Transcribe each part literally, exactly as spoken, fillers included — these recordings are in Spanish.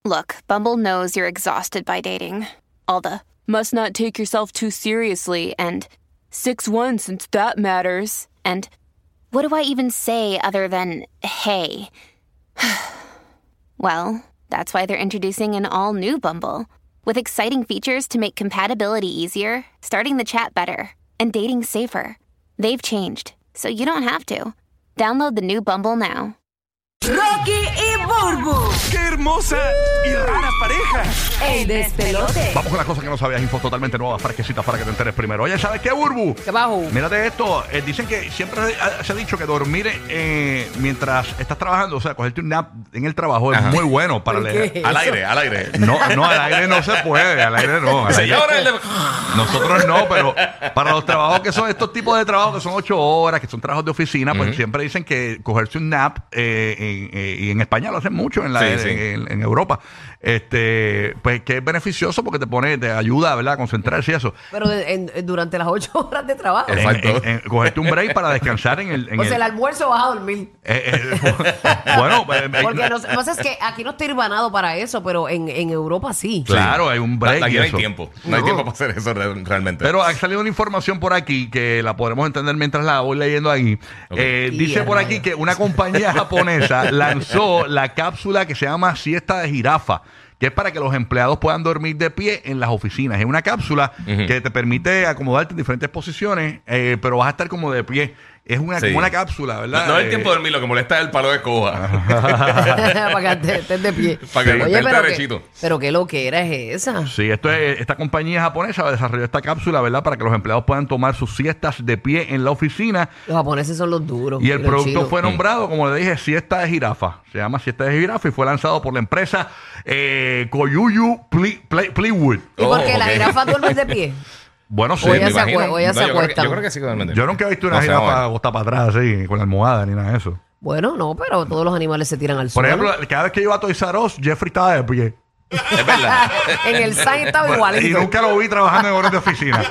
Look, Bumble knows you're exhausted by dating. All the must not take yourself too seriously and six one since that matters. And what do I even say other than hey? Well, that's why they're introducing an all-new Bumble with exciting features to make compatibility easier, starting the chat better, and dating safer. They've changed, so you don't have to. Download the new Bumble now. Rocky y Burbu. ¡Qué hermosa y rara pareja! El despelote. Vamos con las cosas que no sabías, info totalmente nuevas, fresquecitas para que te enteres primero. Oye, ¿sabes qué, Burbu? ¿Qué bajo? Mírate esto. Eh, dicen que siempre se, se ha dicho que dormir eh, mientras estás trabajando, o sea, cogerte un nap en el trabajo, Ajá. es muy bueno para leer. Al aire, al aire. No, no, al aire no se puede, al aire no. Al aire- Señores, le- Nosotros no, pero para los trabajos que son estos tipos de trabajos que son ocho horas, que son trabajos de oficina, pues siempre dicen que cogerse un nap, eh, en, eh, y en España lo hacen mucho, en, la, Sí, en, sí. en- en Europa, este, pues que es beneficioso porque te pone, te ayuda, ¿verdad?, a concentrarse y eso. Pero en- en- durante las ocho horas de trabajo. En- Exacto. en- en- cogerte un break para descansar en el... En O sea, el el- almuerzo vas a dormir. eh, eh, bueno, eh, eh, Porque no, sé- no sé, es que aquí no está irbanado para eso, pero en, en Europa sí. claro, hay un break Aquí y no hay eso. tiempo. No, hay No. tiempo para hacer eso re- realmente. Pero ha salido una información por aquí que la podremos entender mientras la voy leyendo ahí. Ok. Eh, dice Y por rayos. aquí que una compañía japonesa lanzó la cápsula que se llama Siesta de Jirafa, que es para que los empleados puedan dormir de pie en las oficinas. Es una cápsula Ujú. que te permite acomodarte en diferentes posiciones, eh, pero vas a estar como de pie. Es una, Sí. como una cápsula, ¿verdad? no, no es el Eh, tiempo de dormir, lo que molesta es el palo de escoba. Para que te- estés de pie. Para que Oye, estés pero, derechito. que, pero qué loquera es esa. Sí, esto es, esta compañía japonesa desarrolló esta cápsula, ¿verdad? Para que los empleados puedan tomar sus siestas de pie en la oficina. Los japoneses son los duros. Y el los producto chinos. fue nombrado, como le dije, Siesta de Jirafa. Se llama Siesta de Jirafa y fue lanzado por la empresa eh, Koyuyu Ply- Ply- Plywood. ¿Y por qué Oh, las ok. jirafas duermen de pie? Bueno, sí. O ya me se imagino. acue- o ya se yo, creo que, acuestan. yo creo que sí que duermen de Yo pie. nunca he visto una No sé, jirafa vamos a ver. acostada para atrás, así, con la almohada ni nada de eso. Bueno, no, pero todos los animales se tiran al Por suelo. ejemplo, cada vez que iba a Toys R Us, Jeffrey estaba de pie. Es verdad. En el sign estaba igualito. Y nunca lo vi trabajando en horas de oficina.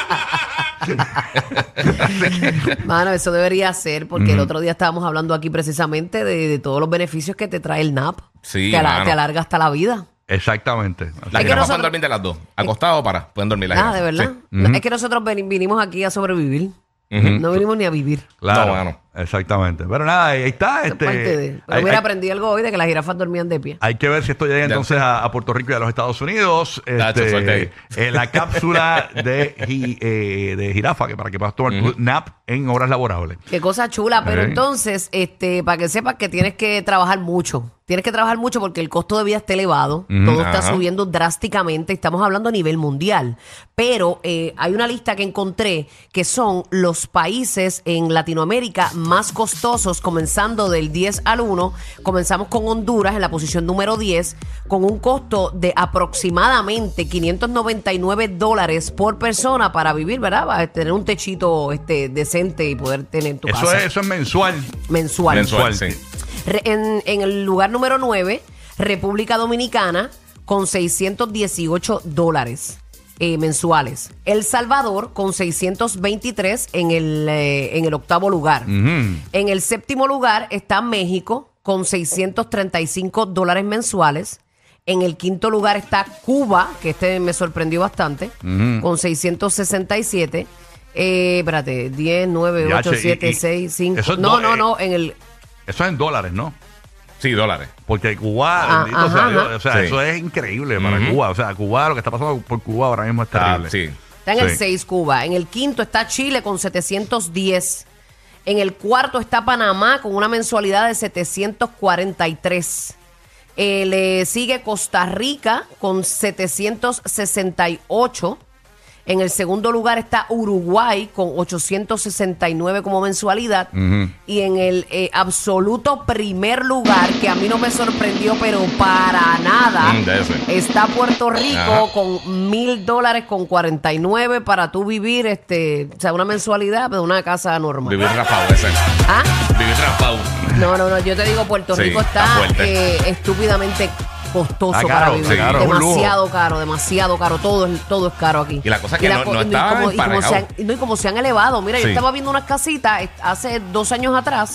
Mano, eso debería ser, porque el otro día estábamos hablando aquí precisamente de, de todos los beneficios que te trae el nap. Sí, te, ala- mano. te alarga hasta la vida. Exactamente. Las Es que jirafas nosotros- pueden dormir de las dos. Acostado o para. Pueden dormir las Ah, de jirafas. verdad. Sí. No, es que nosotros veni- vinimos aquí a sobrevivir. Ujú. No vinimos ni a vivir. Claro, No, mano. exactamente. Pero nada, ahí está. Eso es Este, parte de- Pero hay- hubiera hay- aprendido algo hoy de que las jirafas dormían de pie. Hay que ver si esto llega Ya. entonces a, a Puerto Rico y a los Estados Unidos. Tacho, Este, suerte ahí. eh, la cápsula de, ji- eh, de jirafa, que para que puedas tomar tu nap en horas laborables. Qué cosa chula, pero Ok. entonces, este, para que sepas que tienes que trabajar mucho. Tienes que trabajar mucho porque el costo de vida está elevado. Ujú. Todo está Ajá. subiendo drásticamente. Estamos hablando a nivel mundial. Pero eh, hay una lista que encontré que son los países en Latinoamérica más costosos, comenzando del diez al uno. Comenzamos con Honduras en la posición número diez, con un costo de aproximadamente quinientos noventa y nueve dólares por persona para vivir, ¿verdad? Para tener un techito este, decente y poder tener tu Eso casa es, eso es mensual. mensual. Mensual, mensual. sí. Re- En, en el lugar número nueve, República Dominicana, con seiscientos dieciocho dólares eh, mensuales. El Salvador, con seiscientos veintitrés en el, eh, en el octavo lugar. Ujú. En el séptimo lugar está México, con seiscientos treinta y cinco dólares mensuales. En el quinto lugar está Cuba, que este me sorprendió bastante, Ujú. con seiscientos sesenta y siete. Eh, espérate, diez, nueve, Ya, ocho, che, y- siete, y- seis, cinco. eso es No, do- no, eh, no, en el... Eso es en dólares, ¿no? Sí, dólares. Porque Cuba, Ah, bendito sea ajá, Dios, ajá. o sea, Sí. eso es increíble para Ujú. Cuba. O sea, Cuba, lo que está pasando por Cuba ahora mismo es Ah, terrible. sí. Está en Sí. el seis Cuba. En el quinto está Chile con setecientos diez. En el cuarto está Panamá con una mensualidad de setecientos cuarenta y tres. Eh, le sigue Costa Rica con setecientos sesenta y ocho. En el segundo lugar está Uruguay con ochocientos sesenta y nueve como mensualidad. Ujú. Y en el eh, absoluto primer lugar, que a mí no me sorprendió, pero para nada, Mm, de ese. está Puerto Rico Ajá. con mil dólares con cuarenta y nueve para tú vivir, este, o sea, una mensualidad de una casa normal. Vivir raspado ese. ¿Ah? Vivir raspado. No, no, no, yo te digo, Puerto Sí, Rico está está fuerte. eh, estúpidamente costoso Está para caro, vivir. está caro, es un lujo. Demasiado caro, demasiado caro. Todo es, todo es caro aquí. Y la cosa es que no- co- no y está como, y como se han, emparejado. no, y como se han elevado. Mira, yo Sí. estaba viendo unas casitas eh, hace dos años atrás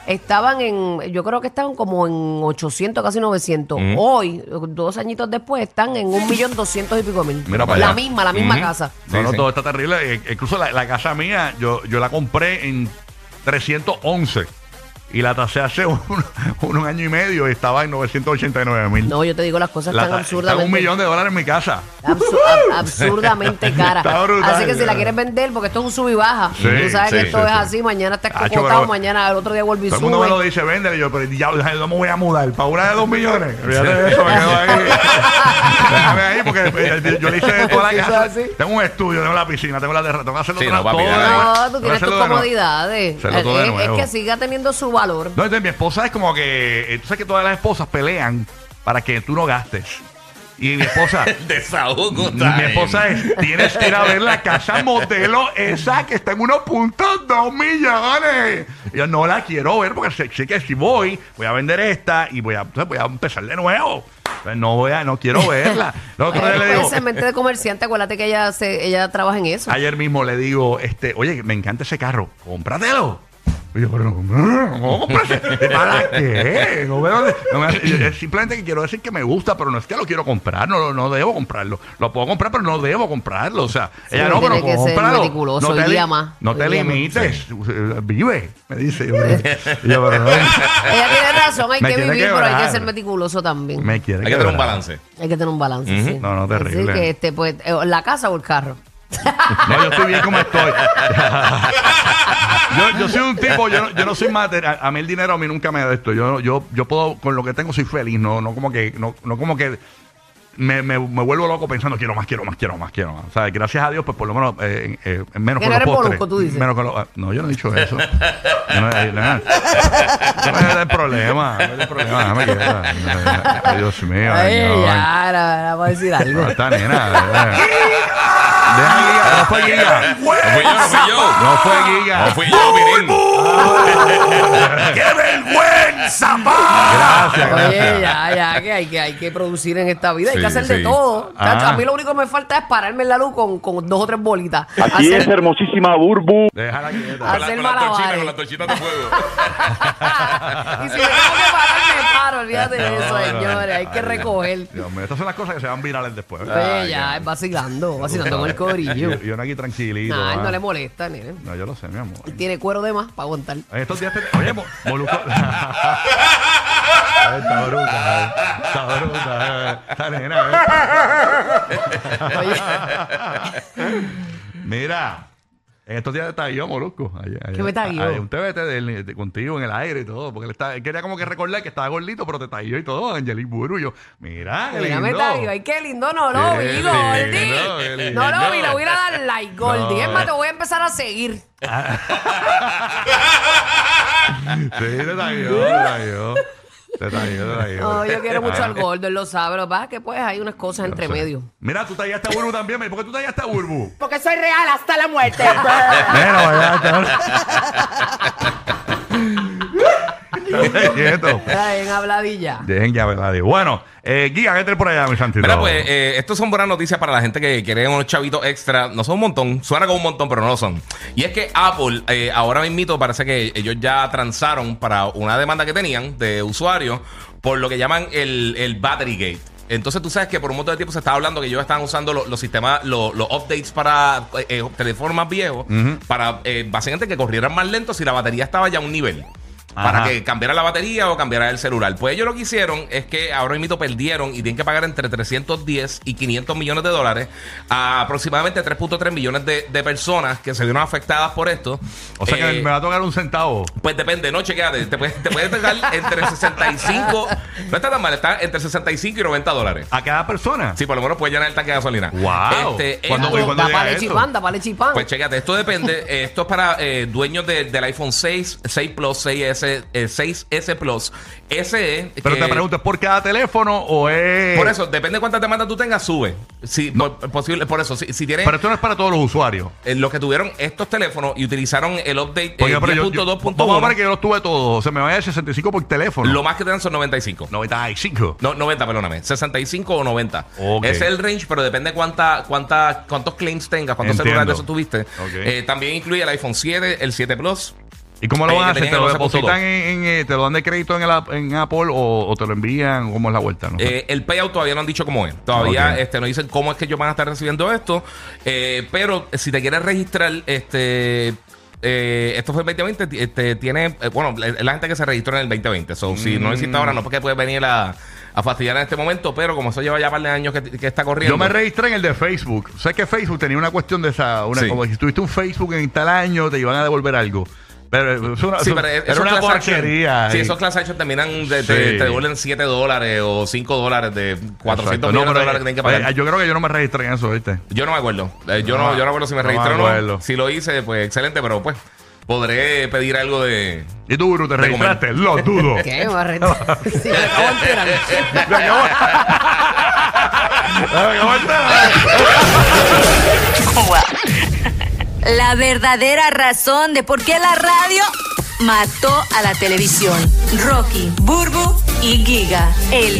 estaban en, yo creo que estaban como en ochocientos, casi novecientos. Mm. Hoy, dos añitos después, están en un millón doscientos y pico mil. Mira para la allá. misma, la misma Mm. casa. No, Sí, no, sí. todo está terrible. Eh, incluso la, la casa mía, yo, yo la compré en trescientos once y la tasé hace un, un, un año y medio y estaba en novecientos ochenta y nueve mil. No, yo te digo las cosas La tan ta- absurdamente. está un millón de dólares en mi casa. Absu- ab- absurdamente cara. Está brutal, Así que si la cara. quieres vender, porque esto es un sub y baja. Sí, Tú sabes sí, que esto sí, es sí. así, mañana está Acho, cocotado, pero- mañana el otro día vuelve y Todo el mundo me lo sube. dice, véndele. Yo, pero ya, no me voy a mudar. Para una de dos millones. Fíjate de eso, me quedo ahí. Déjame ahí porque eh, yo le hice de toda Sí, la eso casa. es así. Tengo un estudio, tengo la piscina, tengo la terraza, tengo que hacerlo Sí, otra- no, papi, todo. ya, de ya. nuevo. No, tú Tengo que tienes tus hacerlo de nuevo. comodidades. Hacerlo todo de Es, es nuevo. que siga teniendo su valor. No, entonces mi esposa es como que, eh, tú sabes que todas las esposas pelean para que tú no gastes. Y mi esposa, Desahogo. mi esposa es, tienes que ir a ver la casa modelo esa que está en uno punto dos millones. Y yo no la quiero ver porque sé, sé que si voy, voy a vender esta y voy a, entonces voy a empezar de nuevo. Pues no voy a, no quiero verla. El otro día le digo, Esa mente de comerciante, acuérdate que ella se, ella trabaja en eso. ayer mismo le digo, este, oye, me encanta ese carro, cómpratelo. Y yo, pero no, no, no, cómprate. ¿Para qué? No veo dónde- no me- es simplemente que quiero decir que me gusta, pero no es que lo quiero comprar, no, no debo comprarlo. Lo puedo comprar, pero no debo comprarlo. O sea, Sí, ella uno no, pero tiene que ser cómpralo. meticuloso, no te, hoy li- día más, no hoy te día más. limites. Vive, me dice. Yo, y yo, pero no, Ella tiene razón, hay Me que quiere vivir, pero hay que quebrar. ser meticuloso también. me quiere Hay que tener un quebrar. balance. Hay que tener un balance, Ujú. sí. No, no, terrible. Así que, este, pues, eh, la casa o el carro. No, yo estoy bien como estoy. yo, yo soy un tipo, yo no, yo no soy material. A mí el dinero a mí nunca me da esto. Yo, yo, yo puedo, con lo que tengo soy feliz. No, no como que, no, no como que me, me, me vuelvo loco pensando quiero más, quiero más, quiero más, quiero más. O sea, gracias a Dios, pues por lo menos eh, eh, menos Que con no los eres postres. molusco, tú dices. Menos con los, ah, no, yo no he dicho eso. Yo no, eh, no, no me da el problema. No me da el problema. Déjame quedar. Ay, Dios mío. Ay, señor. ya, ahora, ahora voy a decir algo. No, esta nena. Deja Giga. No fue Giga. No fui yo, no fui yo. No fue Giga. No fui yo, Pirín. ¡Qué vergüenza, pa! Gracias, Oye, gracias. ya, ya, que hay que, hay que producir en esta vida, hay Sí, que hacer de sí. todo. Ah. Tacho, a mí lo único que me falta es pararme en la luz con, con dos o tres bolitas. Aquí Hacer- es hermosísima Burbu. Déjala quieta. Con, la, Hacer con las torchitas, malabares. con las torchitas de fuego. y si me tengo que parar, me paro, olvídate de No, eso, no, señores, hay que ay, recoger. Dios mío, estas son las cosas que se van virales después. Oye, ya, es vacilando, vacilando con el corillo. Y, y uno aquí tranquilito. Nah, ah. no le molesta, nene. No, yo lo sé, mi amor. Él tiene cuero de más para aguantar. En estos días te... Oye, mo- Molusco... Ay, está bruta, eh. Está bruta, eh. Esta nena, eh. Mira, en estos días te taguió Molusco. Ayer, ayer, ¿Qué me taguió? ayer un T V T de, él, de- contigo en el aire y todo. Porque él, está, él quería como que recordar que estaba gordito, pero te taguió y todo. Angelique Burullo. Mira, qué Mira, me lindo. taguió. Ay, qué lindo, no lo Qué vi, lindo, qué Gordy. lindo. No lo vi, le voy a ir a dar like, Gordy. No. Es más, te voy a empezar a seguir. Sí, te taguió, te taguió. Te taguió, te taguió. No, yo quiero mucho Ah. al gordo, él lo sabe. Lo que pasa es que pues hay unas cosas entre No sé. medio. Mira, tú tallaste a Burbu también. ¿Por qué tú tallaste a Burbu? Porque soy real hasta la muerte. Mira, vaya, está quieto. Ay, en habladilla. Dejen ya, ¿verdad? Bueno, eh, Guía, ¿qué traes por allá, mi santito? Mira, pues, eh, estos son buenas noticias para la gente que quiere unos chavitos extra. No son un montón, suena como un montón, pero no lo son. Y es que Apple, eh, ahora mismito, parece que ellos ya transaron para una demanda que tenían de usuarios por lo que llaman el, el Battery Gate. Entonces tú sabes que por un montón de tiempo se estaba hablando que ellos estaban usando los, los sistemas, los, los updates para eh, eh, teléfonos más viejos, para eh, básicamente que corrieran más lento si la batería estaba ya a un nivel. Para Ajá. que cambiara la batería o cambiara el celular. Pues ellos lo que hicieron es que ahora mismo perdieron y tienen que pagar entre trescientos diez y quinientos millones de dólares a aproximadamente tres punto tres millones de, de personas que se vieron afectadas por esto. O sea que Eh, me va a tocar un centavo. Pues depende, no, chequéate. Te puede, te puede tocar entre sesenta y cinco. No está tan mal, está entre sesenta y cinco y noventa dólares. ¿A cada persona? Sí, por lo menos puedes llenar el tanque de gasolina. Wow. Este, ¿Cuándo- esto- y cuándo Da llega para eso? chipán, da para chipán. Pues chécate, esto depende. eh, esto es para eh, dueños de- del iPhone seis, seis Plus, seis S, eh, seis S Plus, S E. Pero que- te pregunto, ¿es por cada teléfono o es...? Por eso, depende de cuántas demandas tú tengas, sube. Sí, por, posible, por eso, si, si tienes Pero esto no es para todos los usuarios. eh, los que tuvieron estos teléfonos y utilizaron el update Porque, eh, pero yo- diez punto yo- dos punto vamos a uno, ver que yo los tuve todos. O sea, me vaya de sesenta y cinco por teléfono. lo más que te dan son noventa y cinco. noventa y cinco. No, noventa, perdóname. sesenta y cinco o noventa. Ok. Ese es el range, pero depende cuánta, cuánta, cuántos claims tengas, cuántos Entiendo. celulares de esos tuviste. Ok. Eh, también incluye el iPhone siete, el siete Plus. ¿Y cómo lo Eh, van a que hacer? ¿Te tenían lo que no se puso depositan en, en, eh, te lo dan de crédito en, el, app- en Apple o, o te lo envían? ¿Cómo es la vuelta? No sé. Eh, el payout todavía no han dicho cómo es. Todavía Ok. este, no dicen cómo es que ellos van a estar recibiendo esto. Eh, pero si te quieres registrar, este. Eh, esto fue el veinte veinte, este, tiene, eh, bueno, la, la gente que se registró en el veinte veinte. So, si no lo hiciste ahora, no es porque puedes venir a, a fastidiar en este momento, pero como eso lleva ya un par de años que, que está corriendo. Yo me registré en el de Facebook. Sé que Facebook tenía una cuestión de esa, una, Sí. como si tuviste un Facebook en tal año, te iban a devolver algo. Pero es una, Sí, eso- pero era esos una class action- porquería. Sí, ahí. esos class action terminan, de, Sí. te, te devuelven siete dólares o cinco dólares de cuatrocientos Exacto. No, millones de pero, dólares que tienen que pagar. oye, yo creo que yo no me registré en eso, ¿viste? Yo no me acuerdo. Eh, yo, No, no, yo no me acuerdo si me no me registré o acuerdo. no. Si lo hice, pues excelente, pero pues podré pedir algo de. ¿Y tú, Guru, te De registraste? Lo dudo. ¿Qué? Me arreglé. Sí, me acabo de enterar. Me acabo- Me acabo de enterar. La verdadera razón de por qué la radio mató a la televisión. Rocky, Burbu y Giga. El